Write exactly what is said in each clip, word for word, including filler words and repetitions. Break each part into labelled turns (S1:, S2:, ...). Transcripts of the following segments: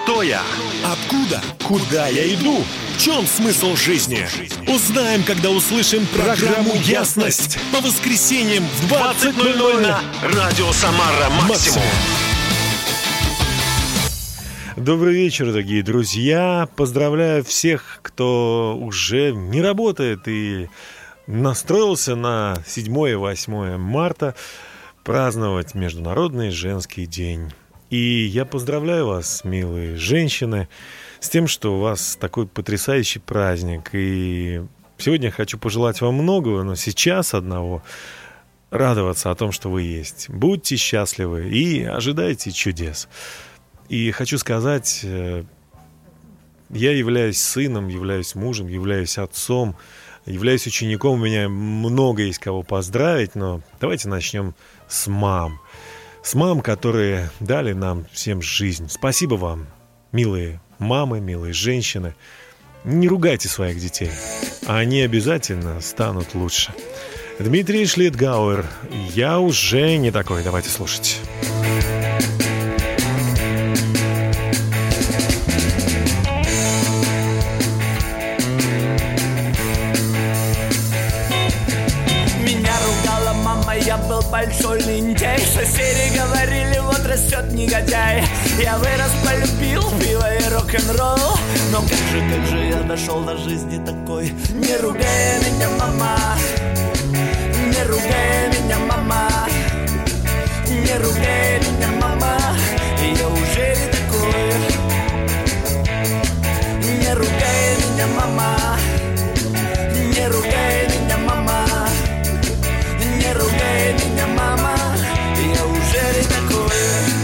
S1: Кто я?
S2: Откуда? Куда я иду? В чем смысл жизни? Узнаем, когда услышим программу «Ясность» по воскресеньям в двадцать ноль ноль на
S1: Радио Самара Максимум.
S3: Добрый вечер, дорогие друзья. Поздравляю всех, кто уже не работает и настроился на седьмое и восьмое марта праздновать Международный женский день. И я поздравляю вас, милые женщины, с тем, что у вас такой потрясающий праздник. И сегодня я хочу пожелать вам многого, но сейчас одного — радоваться о том, что вы есть. Будьте счастливы и ожидайте чудес. И хочу сказать, я являюсь сыном, являюсь мужем, являюсь отцом, являюсь учеником. У меня много есть кого поздравить, но давайте начнем с мам. С мам, которые дали нам всем жизнь. Спасибо вам, милые мамы, милые женщины. Не ругайте своих детей, а они обязательно станут лучше. Дмитрий Шлитгауэр. Я уже не такой. Давайте слушать.
S4: Я был большой лентяй. Соседи говорили, вот растет негодяй. Я вырос, полюбил пиво и рок-н-ролл. Но как же, как же я дошел до жизни такой? Не ругай меня, мама. Не ругай меня, мама. Не ругай меня, мама. Я уже не такой. Не ругай меня, мама. Не ругай меня, мама. Не ругай меня, мама, я уже не такой.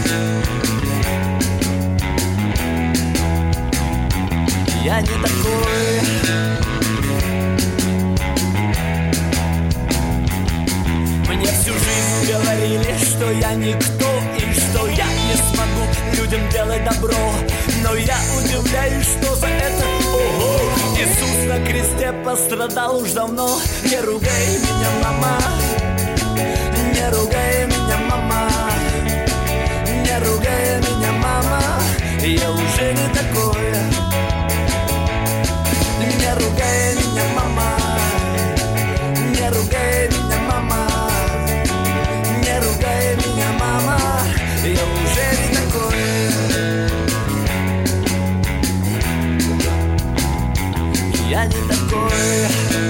S4: Я не такой. Мне всю жизнь говорили, что я никто и что я не смогу людям делать добро. Но я удивляюсь, что за это, ого, Иисус на кресте пострадал уж давно. Не ругай меня, мама. Не ругай меня, мама. Не ругай меня, мама. Я уже не такой. Не ругай меня, мама. Не ругай меня, мама. Не ругай меня, мама. Я уже не такой. Я не такой.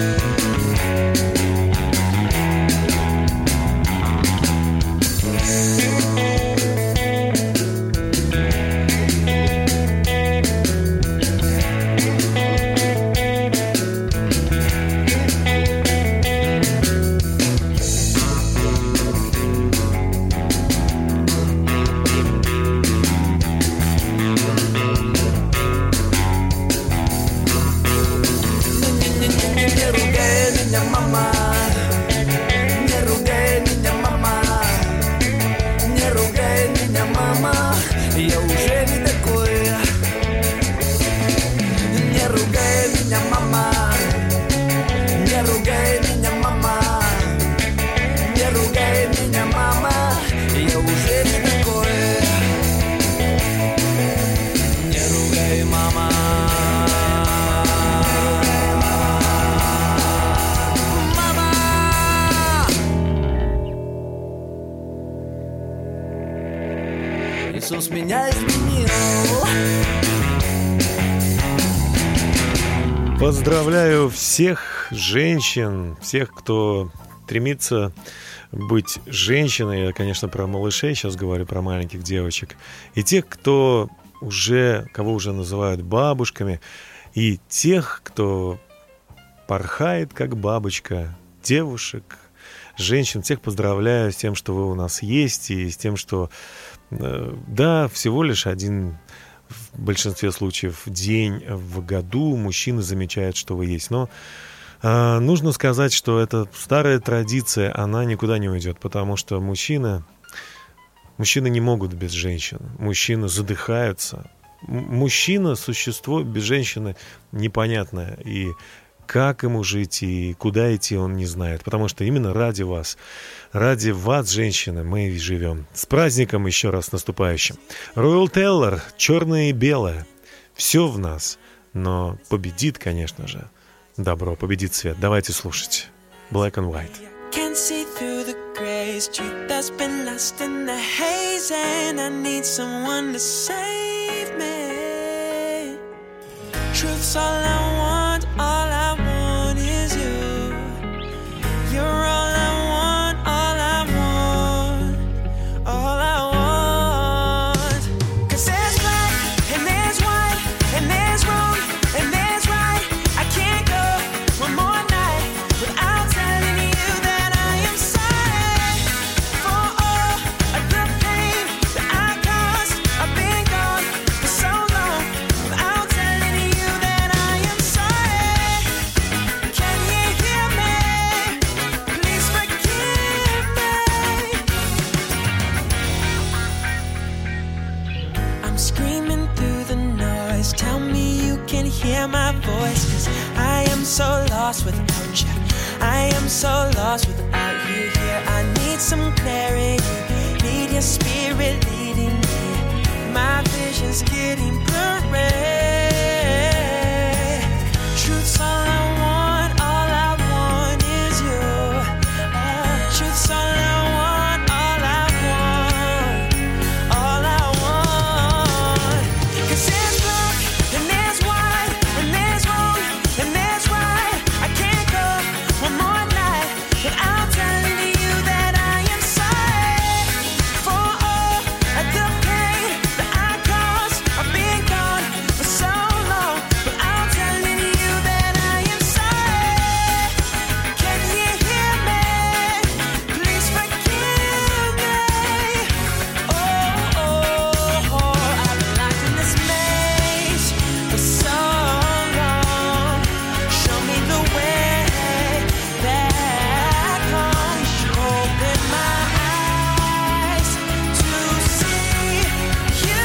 S4: Иисус меня изменил.
S3: Поздравляю всех женщин, всех, кто стремится быть женщиной. Я, конечно, про малышей сейчас говорю, про маленьких девочек. И тех, кто уже, кого уже называют бабушками. И тех, кто порхает, как бабочка, девушек, женщин. Всех поздравляю с тем, что вы у нас есть, и с тем, что, да, всего лишь один, в большинстве случаев, день в году мужчины замечают, что вы есть. Но э, нужно сказать, что эта старая традиция, она никуда не уйдет, потому что мужчина, мужчины не могут без женщин, мужчины задыхаются. М- мужчина — существо без женщины непонятное, и как ему жить и куда идти, он не знает. Потому что именно ради вас, ради вас, женщины, мы и живем. С праздником еще раз наступающим. Ройл Тейлор, черное и белое. Все в нас, но победит, конечно же, добро, победит свет. Давайте слушать. Black and White.
S5: Can't see through the grays, truth that's been lost in the haze, and I need someone to save me. Truth's all I want, all I want is you. You're all I want, all I want, all I want. 'Cause there's black and there's white and there's wrong and there's right. I can't go one more night without telling you that I am sorry for all of the pain that I caused. I've been gone for so long without telling you that I am sorry. Can you hear me? Please forgive me. I'm screaming through the noise. Tell me you can hear my voice, 'cause I am so lost without you. I am so lost without you here. I need some clarity, need your spirit leading me. My vision's getting blurry. Truth's all I want, all I want is you. Oh, truth's all I want, all I want, all I want. 'Cause there's black and there's white and there's wrong and there's right. I can't go one more night without telling you that I am sorry for all of the pain that I caused. I've been gone for so long without telling you that I am sorry. Can you hear me? Please forgive me. Oh, oh, oh, I've been locked in this maze for so long. Show me the way back home. Open my eyes to see you.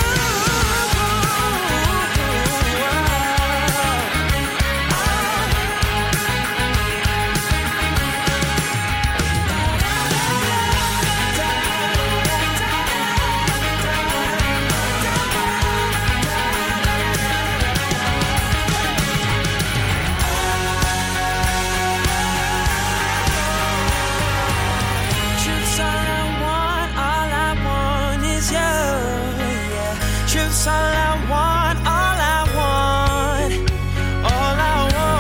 S5: Truth's all I want, all I want is you. Yeah. Truth's all I want, all I want, all I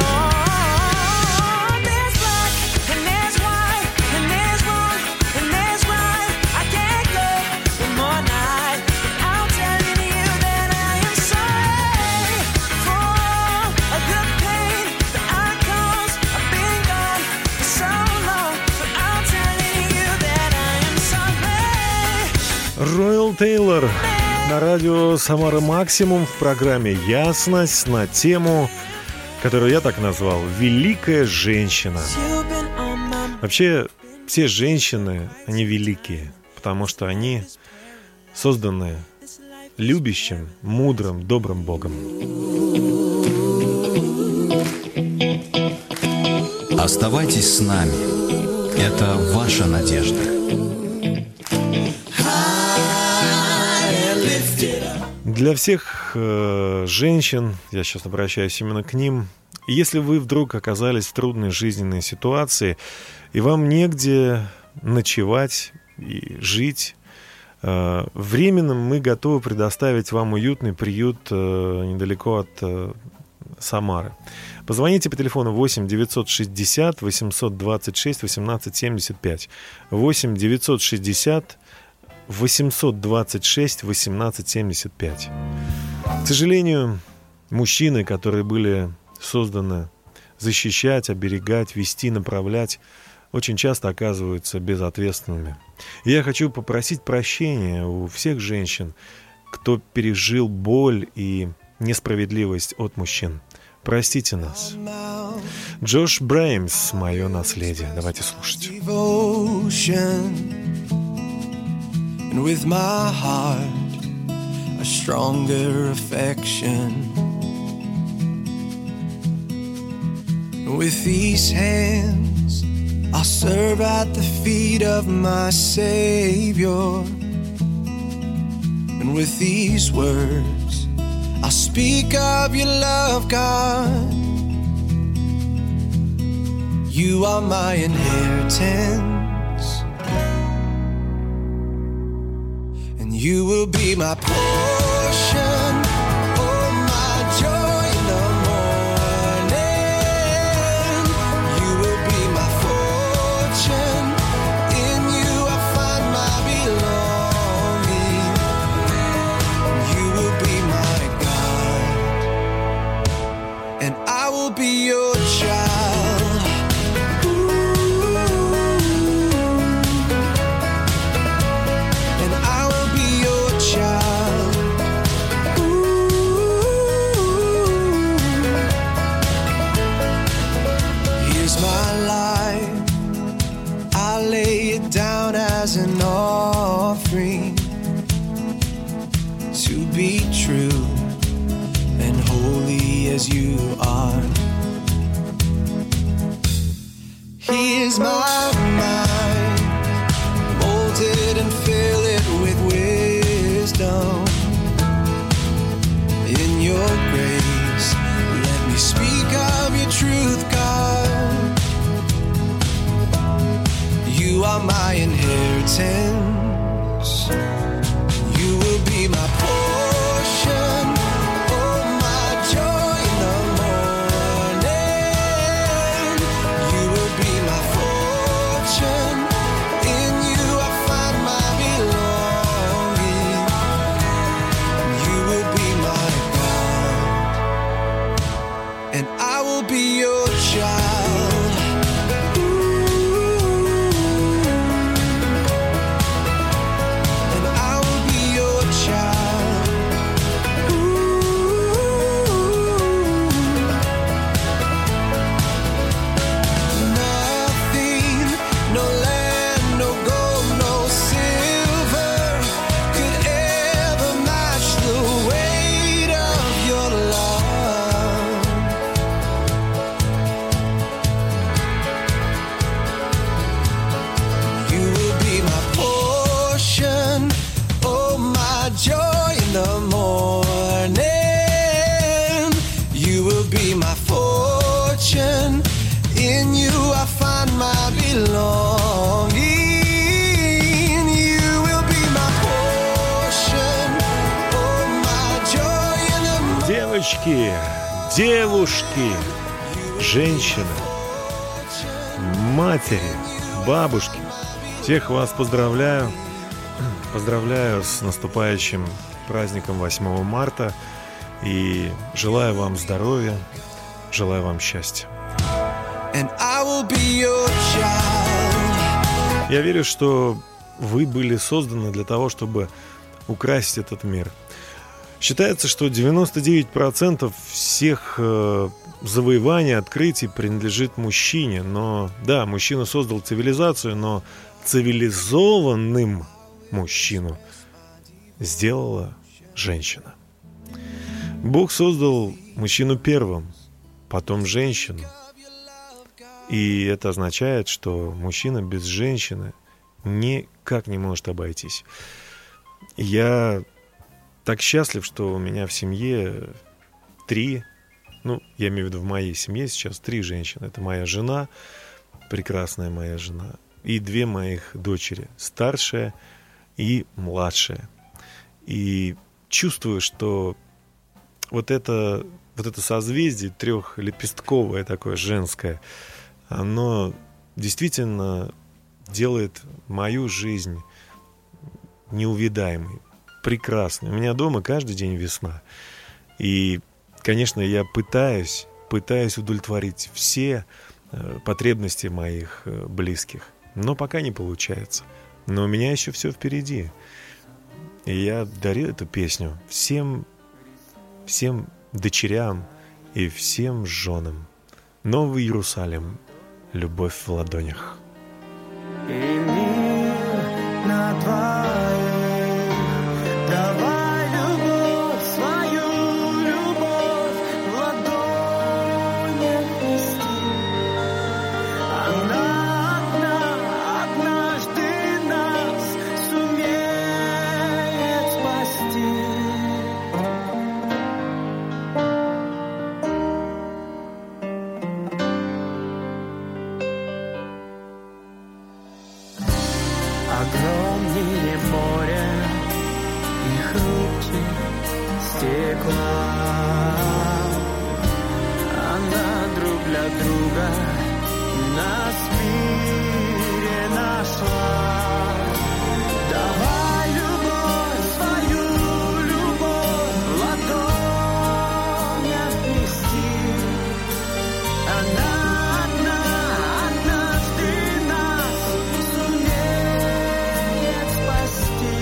S5: want. There's black and there's white and there's wrong and there's right. I can't go one more night without telling you that I am sorry for all of the pain that I caused. I've been gone for so long without telling you that I am sorry.
S3: Ройл Тейлор на радио «Самара Максимум» в программе «Ясность» на тему, которую я так назвал «Великая женщина».
S5: You've been on my
S3: Вообще, все женщины, они великие, потому что они созданы любящим, мудрым, добрым Богом.
S6: Оставайтесь с нами. Это ваша надежда.
S3: Для всех э, женщин, я сейчас обращаюсь именно к ним, если вы вдруг оказались в трудной жизненной ситуации, и вам негде ночевать и жить, э, временно мы готовы предоставить вам уютный приют э, недалеко от э, Самары. Позвоните по телефону восемь девятьсот шестьдесят восемьсот двадцать шесть восемнадцать семьдесят пять. восемь девятьсот шестьдесят восемьсот двадцать шесть восемнадцать семьдесят пять. К сожалению, мужчины, которые были созданы защищать, оберегать, вести, направлять, очень часто оказываются безответственными. И я хочу попросить прощения у всех женщин, кто пережил боль и несправедливость от мужчин. Простите нас. Джош Бреймс, «Мое наследие». Давайте слушать.
S7: And with my heart a stronger affection. With these hands, I'll serve at the feet of my Savior. And with these words, I'll speak of your love, God. You are my inheritance, and you will be my portion. Oh, my joy in the morning. You will be my fortune. In you I find my belonging. You will be my God, and I will be your child. As an offering to be true and holy as you are. Here's my mind, mold it and fill it with wisdom. In your grace, let me speak of your truth, God. You are my inheritance. You will be my portion. Oh, my joy in the morning. You will be my fortune. In you I find my belonging. You will be my God, and I will be your child.
S3: Девочки, девушки, женщины, матери, бабушки, всех вас поздравляю. Поздравляю с наступающим праздником восьмого марта и желаю вам здоровья, желаю вам счастья. Я верю, что вы были созданы для того, чтобы украсить этот мир. Считается, что девяносто девять процентов всех э, завоеваний, открытий принадлежит мужчине. Но да, мужчина создал цивилизацию, но цивилизованным мужчину сделала женщина. Бог создал мужчину первым, потом женщину. И это означает, что мужчина без женщины никак не может обойтись. Я так счастлив, что у меня в семье три, ну, я имею в виду в моей семье сейчас три женщины. Это моя жена, прекрасная моя жена, и две моих дочери, старшая и младшая. И чувствую, что вот это, вот это созвездие трехлепестковое такое женское, оно действительно делает мою жизнь неувидаемой, прекрасной. У меня дома каждый день весна. И, конечно, я пытаюсь, пытаюсь удовлетворить все э, потребности моих э, близких. Но пока не получается. Но у меня еще все впереди. И я дарю эту песню всем, всем дочерям и всем женам. Новый Иерусалим. Любовь в ладонях.
S5: И мир на двоих. Давай любовь, свою любовь в ладонях нести.
S4: ночи стекла. Она друг для друга нас в мире нашла. Давай любовь, свою любовь в ладонях нести. Она одна, однажды нас сумеет спасти.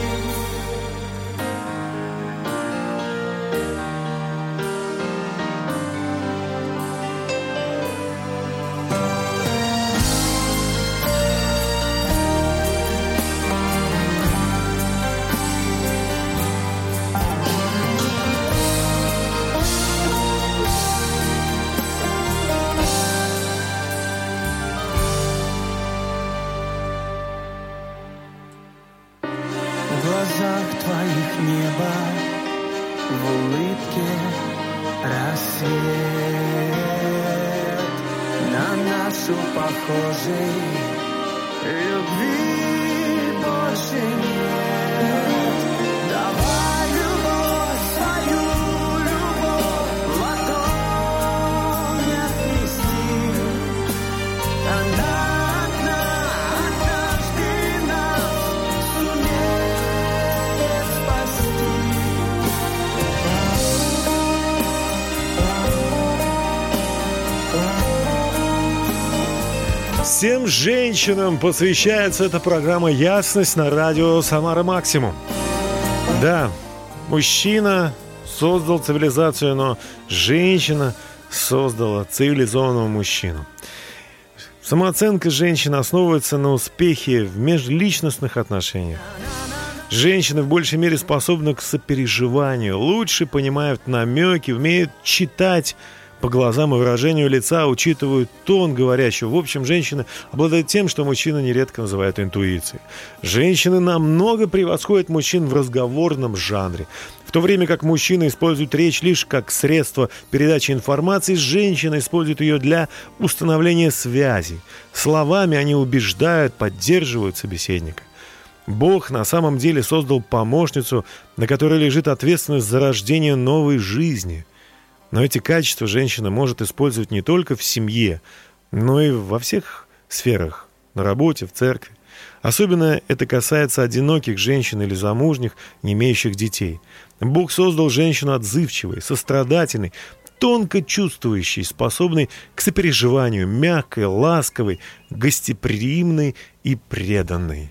S4: В глазах твоих небо, в улыбке рассвет. На нашу похожей любви больше нет. Давай любовь, свою любовь в ладонях нести. Она одна, однажды нас сумеет спасти.
S3: Всем женщинам посвящается эта программа «Ясность» на радио «Самара Максимум». Да, мужчина создал цивилизацию, но женщина создала цивилизованного мужчину. Самооценка женщины основывается на успехе в межличностных отношениях. Женщины в большей мере способны к сопереживанию, лучше понимают намеки, умеют читать по глазам и выражению лица, учитывают тон говорящего. В общем, женщины обладают тем, что мужчины нередко называют интуицией. Женщины намного превосходят мужчин в разговорном жанре. В то время как мужчины используют речь лишь как средство передачи информации, женщины используют ее для установления связей. Словами они убеждают, поддерживают собеседника. Бог на самом деле создал помощницу, на которой лежит ответственность за рождение новой жизни. Но эти качества женщина может использовать не только в семье, но и во всех сферах, на работе, в церкви. Особенно это касается одиноких женщин или замужних, не имеющих детей. Бог создал женщину отзывчивой, сострадательной, тонко чувствующей, способной к сопереживанию, мягкой, ласковой, гостеприимной и преданной.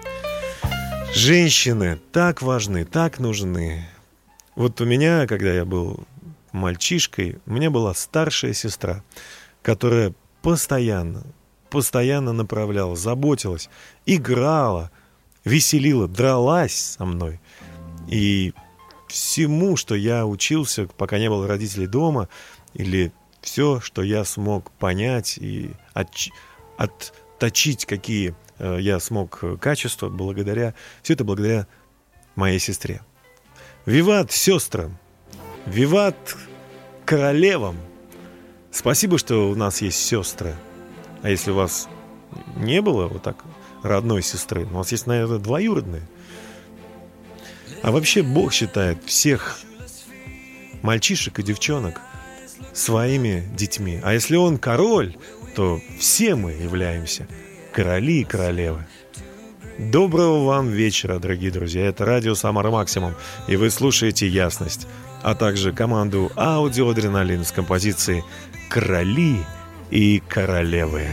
S3: Женщины так важны, так нужны. Вот у меня, когда я был мальчишкой, у меня была старшая сестра, которая постоянно, постоянно направляла, заботилась, играла, веселила, дралась со мной. И всему, что я учился, пока не было родителей дома, или все, что я смог понять и от, отточить, какие э, я смог качества, благодаря, все это благодаря моей сестре. Виват сестрам! Виват королевам! Спасибо, что у нас есть сестры. А если у вас не было вот так родной сестры, у вас есть, наверное, двоюродные. А вообще Бог считает всех мальчишек и девчонок своими детьми. А если Он король, то все мы являемся короли и королевы. Доброго вам вечера, дорогие друзья. Это радио «Самара Максимум», и вы слушаете «Ясность», а также команду «Аудиоадреналин» с композицией «Короли и королевы».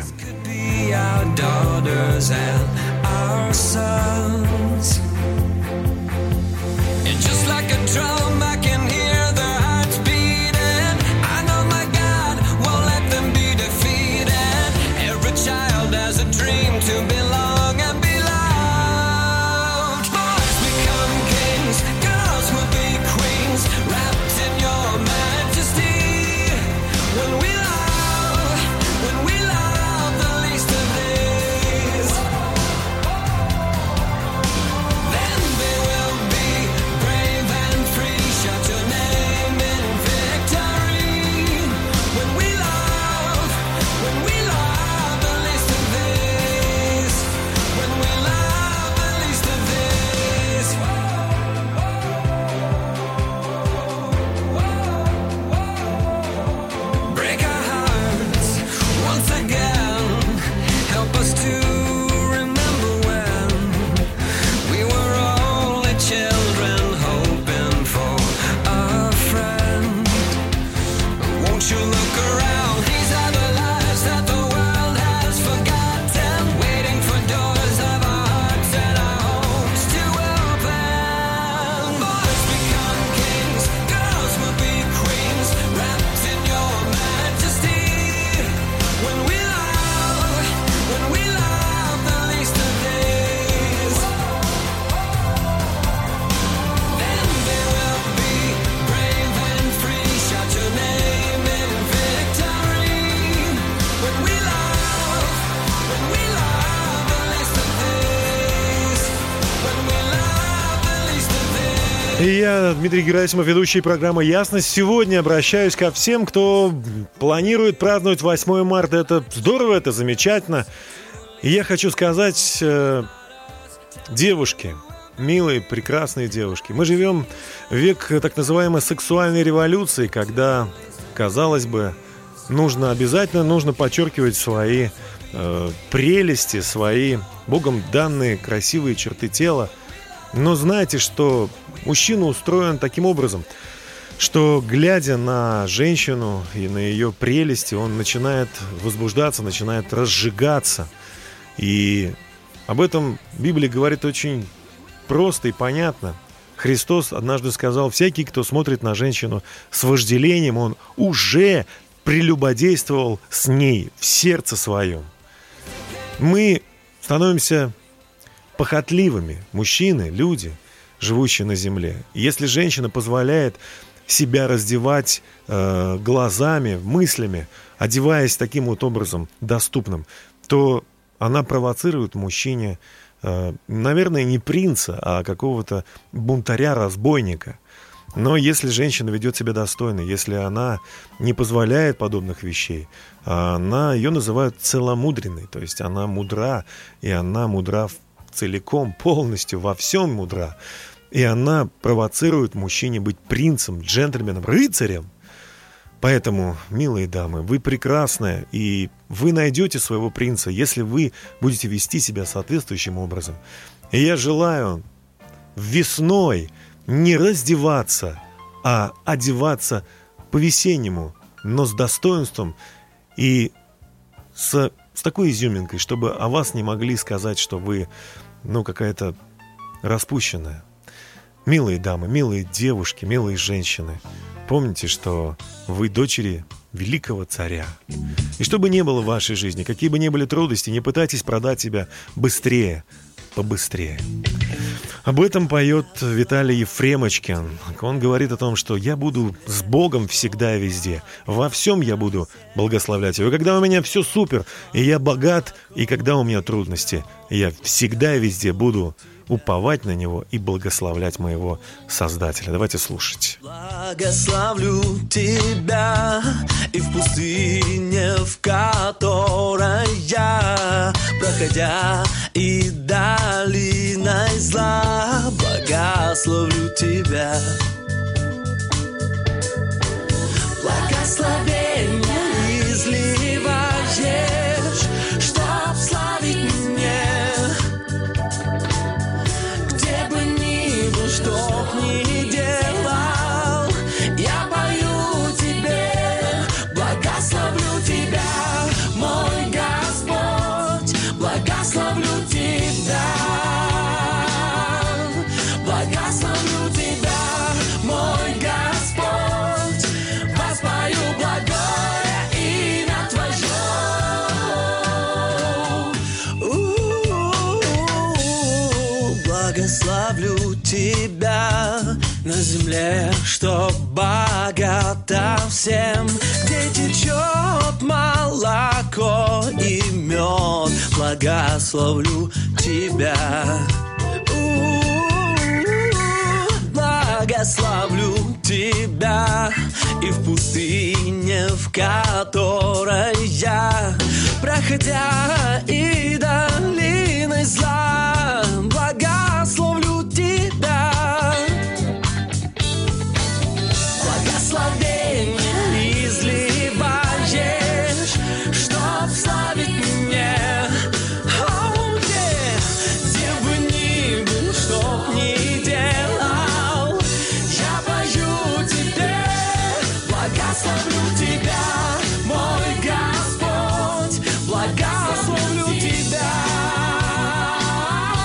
S3: И я, Дмитрий Герасимов, ведущий программы «Ясность». Сегодня обращаюсь ко всем, кто планирует праздновать восьмое марта. Это здорово, это замечательно. И я хочу сказать, э, девушки, милые, прекрасные девушки, мы живем в век так называемой сексуальной революции, когда, казалось бы, нужно обязательно нужно подчеркивать свои э, прелести, свои Богом данные красивые черты тела. Но знаете, что мужчина устроен таким образом, что, глядя на женщину и на ее прелести, он начинает возбуждаться, начинает разжигаться. И об этом Библия говорит очень просто и понятно. Христос однажды сказал: всякий, кто смотрит на женщину с вожделением, он уже прелюбодействовал с ней в сердце своем. Мы становимся похотливыми, мужчины, люди, живущие на земле. Если женщина позволяет себя раздевать э, глазами, мыслями, одеваясь таким вот образом доступным, то она провоцирует в мужчине, э, наверное, не принца, а какого-то бунтаря-разбойника. Но если женщина ведет себя достойно, если она не позволяет подобных вещей, она, ее называют целомудренной, то есть она мудра, и она мудра в целиком, полностью, во всем мудра. И она провоцирует мужчине быть принцем, джентльменом, рыцарем. Поэтому, милые дамы, вы прекрасная, и вы найдете своего принца, если вы будете вести себя соответствующим образом. И я желаю весной не раздеваться, а одеваться по-весеннему, но с достоинством и с, с такой изюминкой, чтобы о вас не могли сказать, что вы, ну, какая-то распущенная. Милые дамы, милые девушки, милые женщины, помните, что вы дочери великого царя. И что бы ни было в вашей жизни, какие бы ни были трудности, не пытайтесь продать себя быстрее, побыстрее. Об этом поет Виталий Ефремочкин. Он говорит о том, что я буду с Богом всегда и везде. Во всем я буду благословлять Его. И когда у меня все супер, и я богат, и когда у меня трудности, я всегда и везде буду уповать на Него и благословлять моего Создателя. Давайте слушать.
S4: Благословлю тебя и в пустыне, в которой я, проходя и долиной зла, благословлю тебя. Благословение изливаешь, чтоб славить мне. Что б ни делал, я пою тебе, благословлю тебя, мой Господь, благословлю тебя, благословлю тебя, мой Господь, воспою благое имя Твое. У-у-у-у, благословлю тебя на земле, что богата всем, где течет молоко и мед. Благословлю тебя. У-у-у-у, благословлю тебя и в пустыне, в которой я, проходя и долиной зла, благословлю тебя. Благословение изливаешь, чтоб славить мне. Oh, yeah. Где бы ни был, чтоб ни делал, я пою тебе, благословлю тебя, мой Господь, благословлю тебя.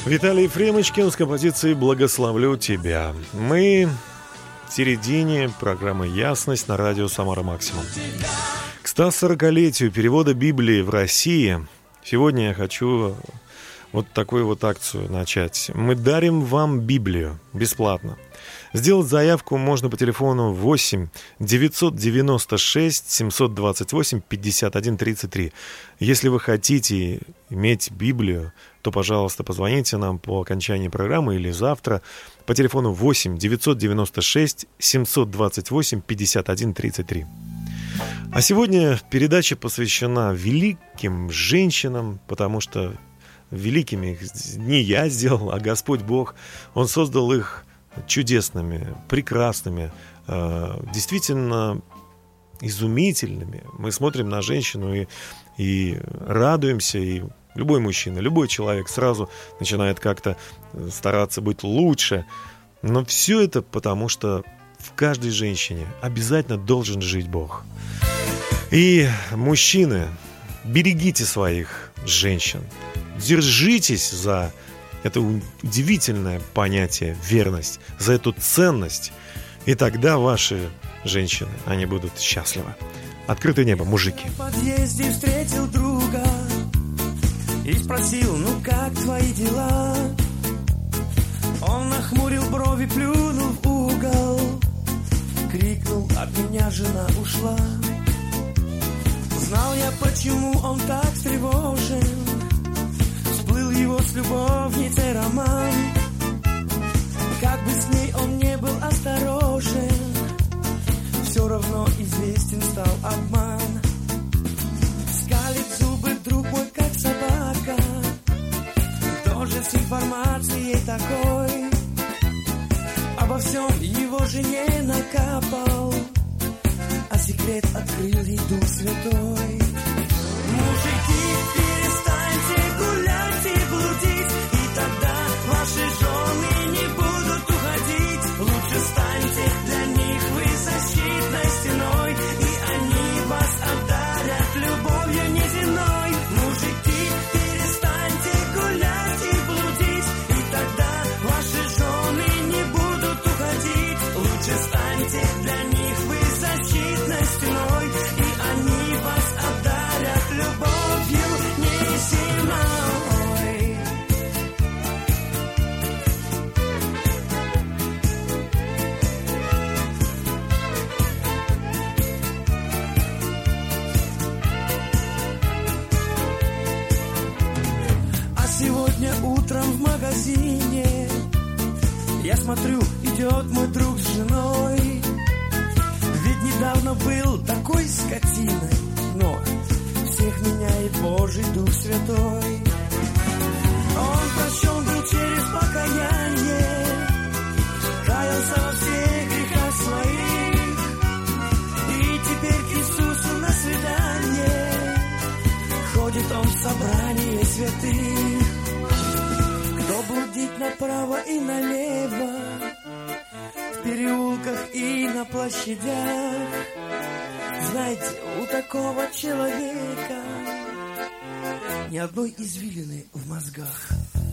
S3: Виталий Фремочкин с композицией «Благословлю тебя». Мы в середине программы «Ясность» на радио «Самара Максимум». К ста сорокалетию перевода Библии в России сегодня я хочу вот такую вот акцию начать. Мы дарим вам Библию бесплатно. Сделать заявку можно по телефону восемь девятьсот девяносто шесть семьсот двадцать восемь пятьдесят один тридцать три. Если вы хотите иметь Библию, то, пожалуйста, позвоните нам по окончании программы или завтра по телефону восемь девятьсот девяносто шесть семьсот двадцать восемь пятьдесят один тридцать три. А сегодня передача посвящена великим женщинам, потому что великими их не я сделал, а Господь Бог. Он создал их чудесными, прекрасными, э, действительно изумительными. Мы смотрим на женщину и, и радуемся, и любой мужчина, любой человек сразу начинает как-то стараться быть лучше. Но все это потому, что в каждой женщине обязательно должен жить Бог. И мужчины, берегите своих женщин, держитесь за это удивительное понятие верность, за эту ценность. И тогда ваши женщины, они будут счастливы. Открытое небо, мужики.
S4: В подъезде встретил друга и спросил, ну как твои дела? Он нахмурил брови, плюнул в угол, крикнул, от меня жена ушла. Знал я, почему он так встревожен. Всплыл его с любовницей роман. Как бы с ней он не был осторожен, все равно известен стал обман. Скалит зубы, друг мой, как собака, тоже с информацией такой. Обо всем его жене накапал, а секрет открыл ей Дух Святой. Мужики, перестаньте гулять и блудить, и тогда ваши жены не будут уходить. Лучше станьте для них вы защитной стеной, и они вас одарят любовью неземной. Мужики, перестаньте гулять и блудить, и тогда ваши жены не будут уходить. Лучше станьте для них вы защитной стеной, и они вас одарят любовью неземной. А сегодня утром в магазине я смотрю, идет мой друг с женой. Ведь недавно был такой скотиной, но всех меняет Божий Дух Святой. Он прощен был через покаяние, каялся во всех грехах своих, и теперь к Иисусу на свидание ходит он в собрание святых. Кто блудит направо и налево, в переулках и на площадях, знаете, у такого человека ни одной извилины в мозгах.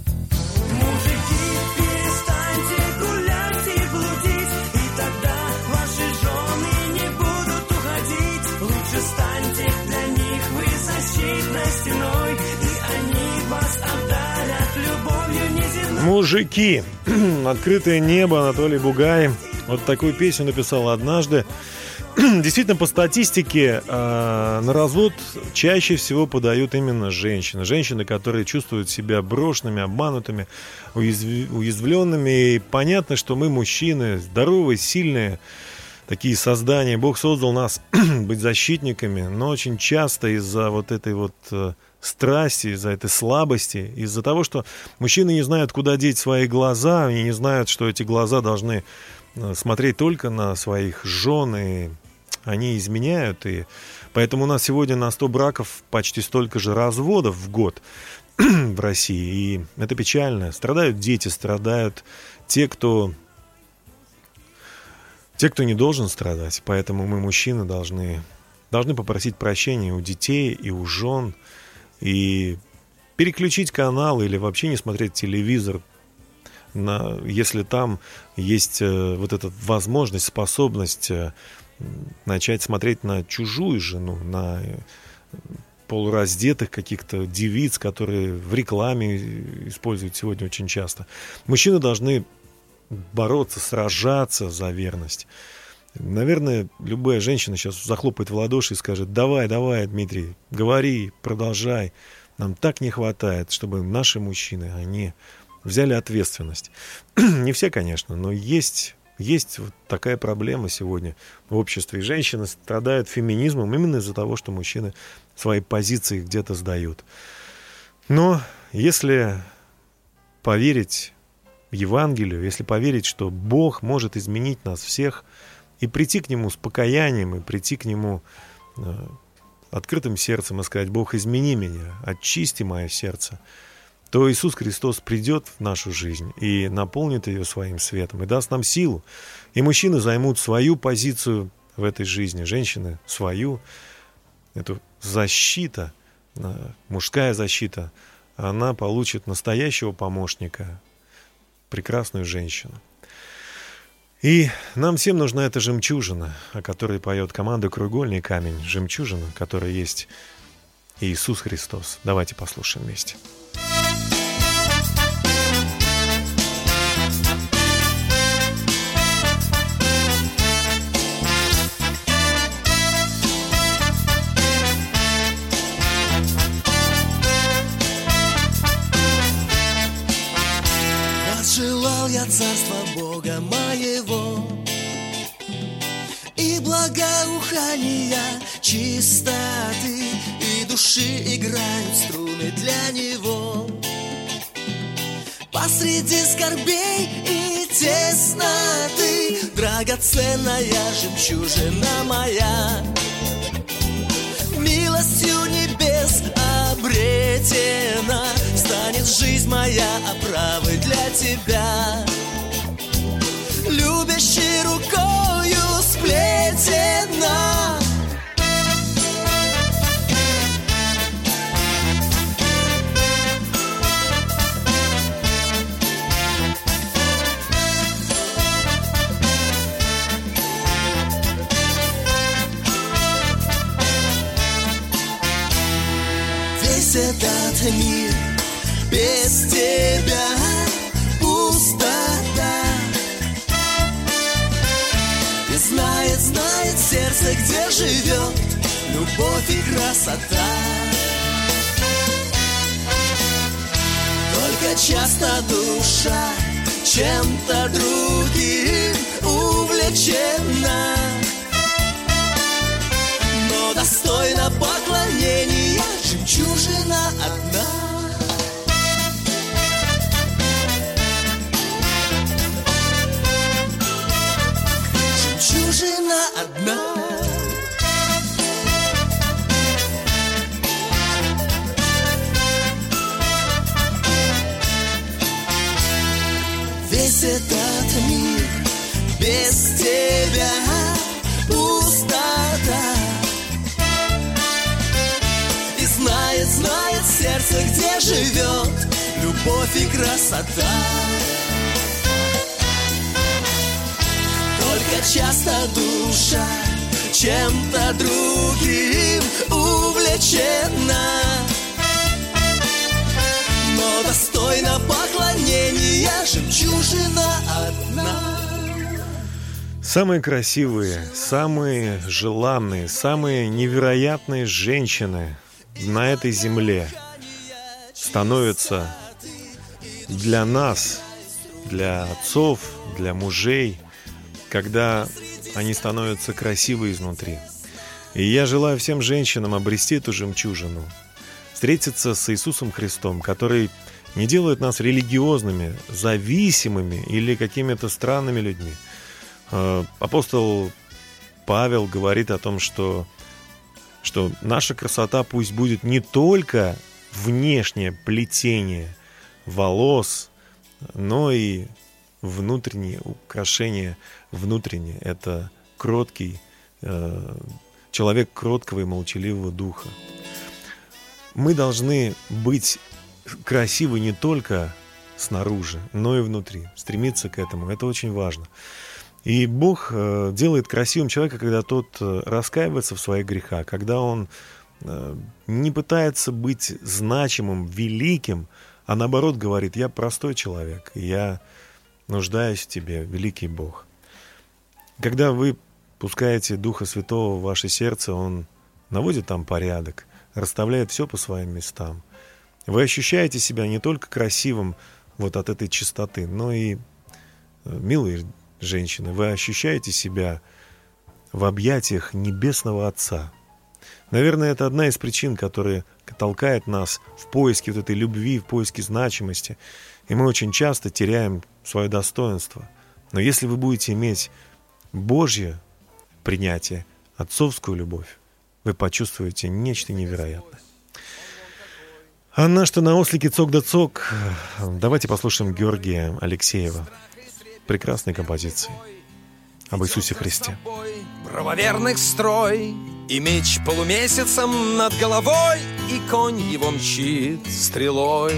S4: Мужики, перестаньте гулять и блудить, и тогда ваши жены не будут уходить. Лучше станьте для них вы защитной стеной, и они вас одарят любовью неземной.
S3: Мужики, открытое небо, Анатолий Бугай. Вот такую песню написал однажды. Действительно, по статистике э, на развод чаще всего подают именно женщины. Женщины, которые чувствуют себя брошенными, обманутыми, уязв... уязвленными. И понятно, что мы, мужчины, здоровые, сильные, такие создания. Бог создал нас быть защитниками, но очень часто из-за вот этой вот э, страсти, из-за этой слабости, из-за того, что мужчины не знают, куда деть свои глаза, они не знают, что эти глаза должны смотреть только на своих жен, и они изменяют. И поэтому у нас сегодня на сто браков почти столько же разводов в год в России. И это печально. Страдают дети, страдают те, кто, те, кто не должен страдать. Поэтому мы, мужчины, должны, должны попросить прощения у детей и у жен. И переключить канал или вообще не смотреть телевизор, на, если там есть э, вот эта возможность, способность э, начать смотреть на чужую жену, на э, полураздетых каких-то девиц, которые в рекламе используют сегодня очень часто. Мужчины должны бороться, сражаться за верность. Наверное, любая женщина сейчас захлопает в ладоши и скажет: давай, давай, Дмитрий, говори, продолжай. Нам так не хватает, чтобы наши мужчины, они взяли ответственность. Не все, конечно, но есть, есть вот такая проблема сегодня в обществе. И женщины страдают феминизмом именно из-за того, что мужчины свои позиции где-то сдают. Но если поверить Евангелию, если поверить, что Бог может изменить нас всех, и прийти к Нему с покаянием, и прийти к Нему э, открытым сердцем и сказать: Бог, измени меня, очисти мое сердце, то Иисус Христос придет в нашу жизнь и наполнит ее своим светом, и даст нам силу. И мужчины займут свою позицию в этой жизни, женщины свою. Эту защита, мужская защита, она получит настоящего помощника, прекрасную женщину. И нам всем нужна эта жемчужина, о которой поет команда «Краеугольный камень». Жемчужина, которая есть Иисус Христос. Давайте послушаем вместе.
S7: Желал я царства Бога моего и благоухания чистоты, и души играют струны для Него. Посреди скорбей и тесноты драгоценная жемчужина моя, милостью небес обретена, станет жизнь моя оправой для Тебя. Любящей рукою сплетена, весь этот мир без Тебя пустота. И знает, знает сердце, где живет любовь и красота. Только часто душа чем-то другим увлечена, но достойна поклонения жемчужина одна. Жемчужина одна. Весь этот мир без Тебя пустота. И знает, знает сердце, где живет любовь и красота. Только часто душа чем-то другим увлечена, но достойна поклонения жемчужина одна.
S3: Самые красивые, самые желанные, самые невероятные женщины на этой земле становятся для нас, для отцов, для мужей, когда они становятся красивы изнутри. И я желаю всем женщинам обрести эту жемчужину, встретиться с Иисусом Христом, который не делает нас религиозными, зависимыми или какими-то странными людьми. Апостол Павел говорит о том, что, что наша красота пусть будет не только внешнее плетение волос, но и внутреннее украшение внутреннее. Это кроткий, э, человек кроткого и молчаливого духа. Мы должны быть красивый не только снаружи, но и внутри. Стремиться к этому, это очень важно. И Бог э, делает красивым человека, когда тот э, раскаивается в своих грехах, когда он э, не пытается быть значимым, великим, а наоборот говорит: я простой человек, я нуждаюсь в тебе, великий Бог. Когда вы пускаете Духа Святого в ваше сердце, Он наводит там порядок, расставляет все по своим местам. Вы ощущаете себя не только красивым вот от этой чистоты, но и, милые женщины, вы ощущаете себя в объятиях Небесного Отца. Наверное, это одна из причин, которая толкает нас в поиске вот этой любви, в поиске значимости. И мы очень часто теряем свое достоинство. Но если вы будете иметь Божье принятие, отцовскую любовь, вы почувствуете нечто невероятное. А наш-то на ослике цок да цок. Давайте послушаем Георгия Алексеева. Прекрасной композиции об Иисусе Христе.
S8: Правоверных строй, и меч полумесяцем над головой, и конь его мчит стрелой.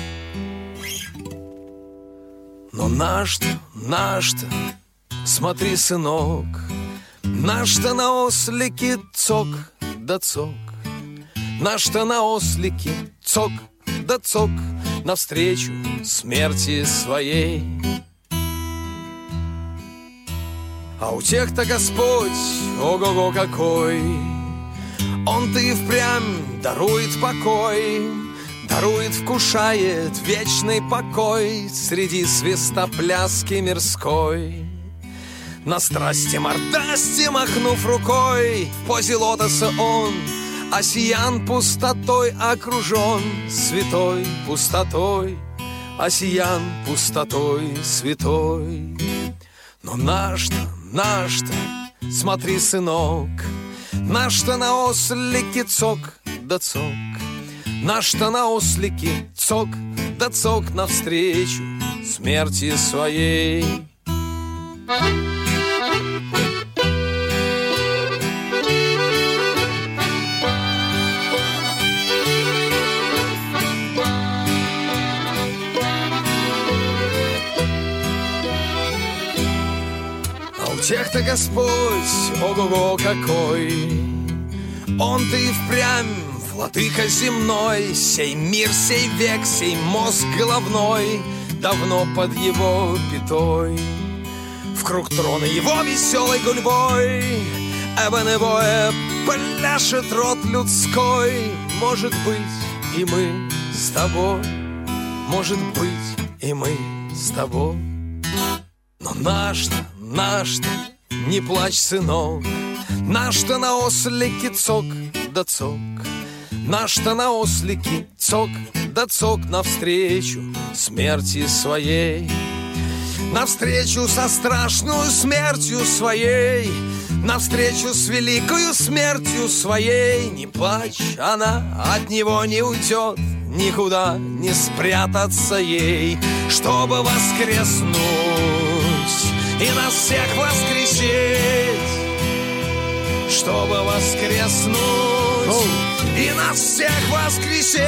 S8: Но наш-то, наш-то, смотри, сынок, наш-то на ослике цок да цок, наш-то на ослике цок да цок, навстречу смерти своей. А у тех-то Господь, ого-го какой, Он-то и впрямь дарует покой, дарует, вкушает вечный покой среди свистопляски мирской. На страсти мордасти махнув рукой, в позе лотоса Он осиян пустотой окружен, святой пустотой, осиян пустотой святой. Но наш-то, наш-то, смотри, сынок, наш-то на ослике цок да цок, наш-то на ослике цок да цок, навстречу смерти своей. Тех-то Господь, ого-го какой, Он-то и впрямь владыка земной, сей мир, сей век, сей мозг головной давно под его пятой. В круг трона его веселой гульбой эбоневое пляшет род людской. Может быть, и мы с тобой, может быть, и мы с тобой. Но наш-то, наш-то, не плачь, сынок, наш-то на ослике цок да цок, наш-то на ослике цок да цок, навстречу смерти своей. Навстречу со страшную смертью своей, навстречу с великою смертью своей. Не плачь, она от него не уйдет, никуда не спрятаться ей, чтобы воскреснуть и нас всех воскресить, чтобы воскреснуть и нас всех воскресить.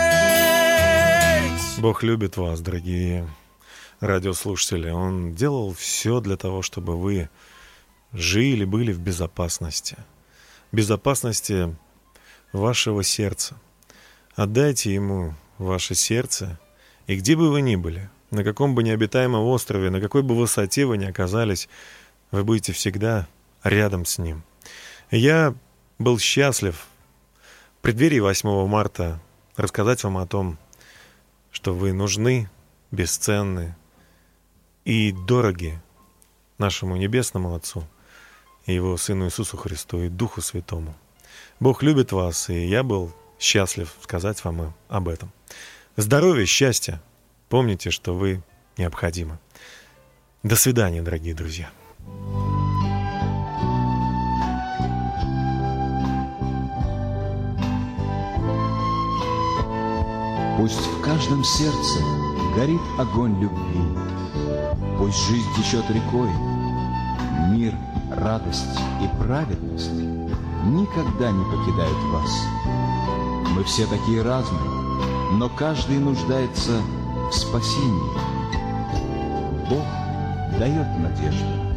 S3: Бог любит вас, дорогие радиослушатели. Он делал все для того, чтобы вы жили, были в безопасности. Безопасности вашего сердца. Отдайте Ему ваше сердце, и где бы вы ни были, на каком бы необитаемом острове, на какой бы высоте вы ни оказались, вы будете всегда рядом с Ним. Я был счастлив в преддверии восьмого марта рассказать вам о том, что вы нужны, бесценны и дороги нашему Небесному Отцу и Его Сыну Иисусу Христу и Духу Святому. Бог любит вас, и я был счастлив сказать вам об этом. Здоровья, счастья. Помните, что вы необходимы. До свидания, дорогие друзья.
S6: Пусть в каждом сердце горит огонь любви, пусть жизнь течет рекой, мир, радость и праведность никогда не покидают вас. Мы все такие разные, но каждый нуждается в спасении. Бог дает надежду.